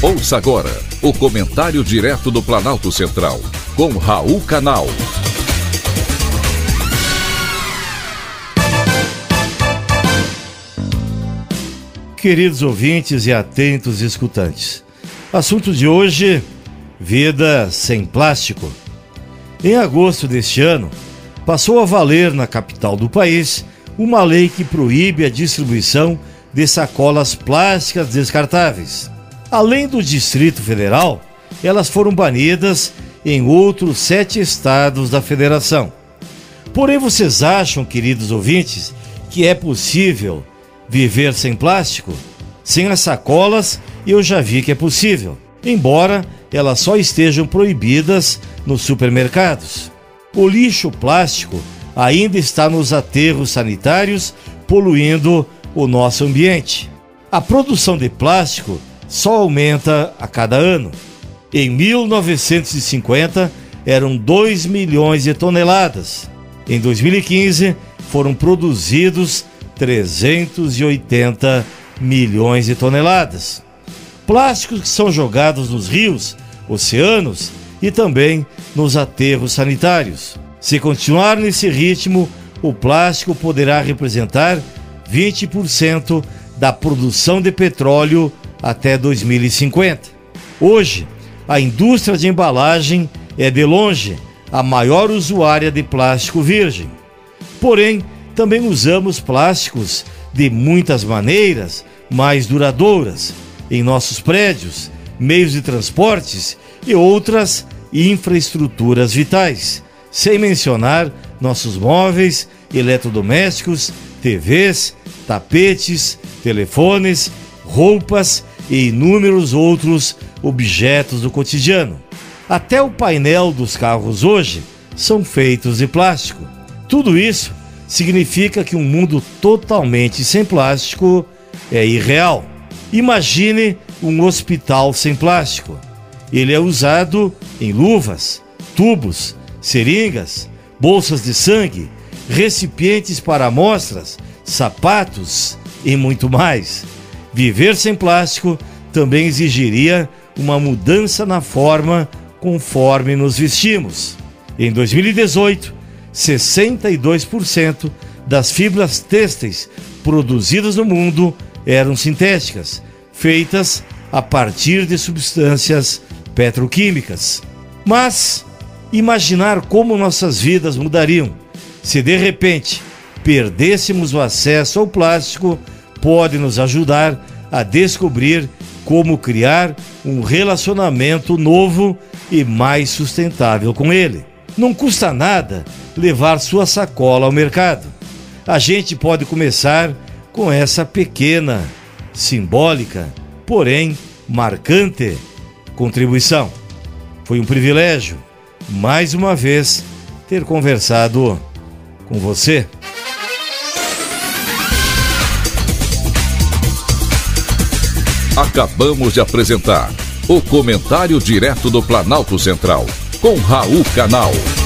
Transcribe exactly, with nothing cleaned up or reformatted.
Ouça agora o comentário direto do Planalto Central, com Raul Canal. Queridos ouvintes e atentos escutantes, assunto de hoje: vida sem plástico. Em agosto deste ano, passou a valer na capital do país uma lei que proíbe a distribuição de sacolas plásticas descartáveis. Além do Distrito Federal, elas foram banidas em outros sete estados da federação. Porém, vocês acham, queridos ouvintes, que é possível viver sem plástico? Sem as sacolas, eu já vi que é possível, embora elas só estejam proibidas nos supermercados. O lixo plástico ainda está nos aterros sanitários, poluindo o nosso ambiente. A produção de plástico só aumenta a cada ano. Em mil novecentos e cinquenta, eram dois milhões de toneladas. Em dois mil e quinze, foram produzidos trezentos e oitenta milhões de toneladas. Plásticos que são jogados nos rios, oceanos e também nos aterros sanitários. Se continuar nesse ritmo, o plástico poderá representar vinte por cento da produção de petróleo até dois mil e cinquenta. Hoje, a indústria de embalagem é de longe a maior usuária de plástico virgem. Porém, também usamos plásticos de muitas maneiras mais duradouras em nossos prédios, meios de transportes e outras infraestruturas vitais, sem mencionar nossos móveis, eletrodomésticos, T Vs, tapetes, telefones, roupas e inúmeros outros objetos do cotidiano. Até o painel dos carros hoje são feitos de plástico. Tudo isso significa que um mundo totalmente sem plástico é irreal. Imagine um hospital sem plástico. Ele é usado em luvas, tubos, seringas, bolsas de sangue, recipientes para amostras, sapatos e muito mais. Viver sem plástico também exigiria uma mudança na forma conforme nos vestimos. Em dois mil e dezoito, sessenta e dois por cento das fibras têxteis produzidas no mundo eram sintéticas, feitas a partir de substâncias petroquímicas. Mas imaginar como nossas vidas mudariam se de repente perdêssemos o acesso ao plástico pode nos ajudar a descobrir como criar um relacionamento novo e mais sustentável com ele. Não custa nada levar sua sacola ao mercado. A gente pode começar com essa pequena, simbólica, porém marcante contribuição. Foi um privilégio, mais uma vez, ter conversado com você. Acabamos de apresentar o comentário direto do Planalto Central, com Raul Canal.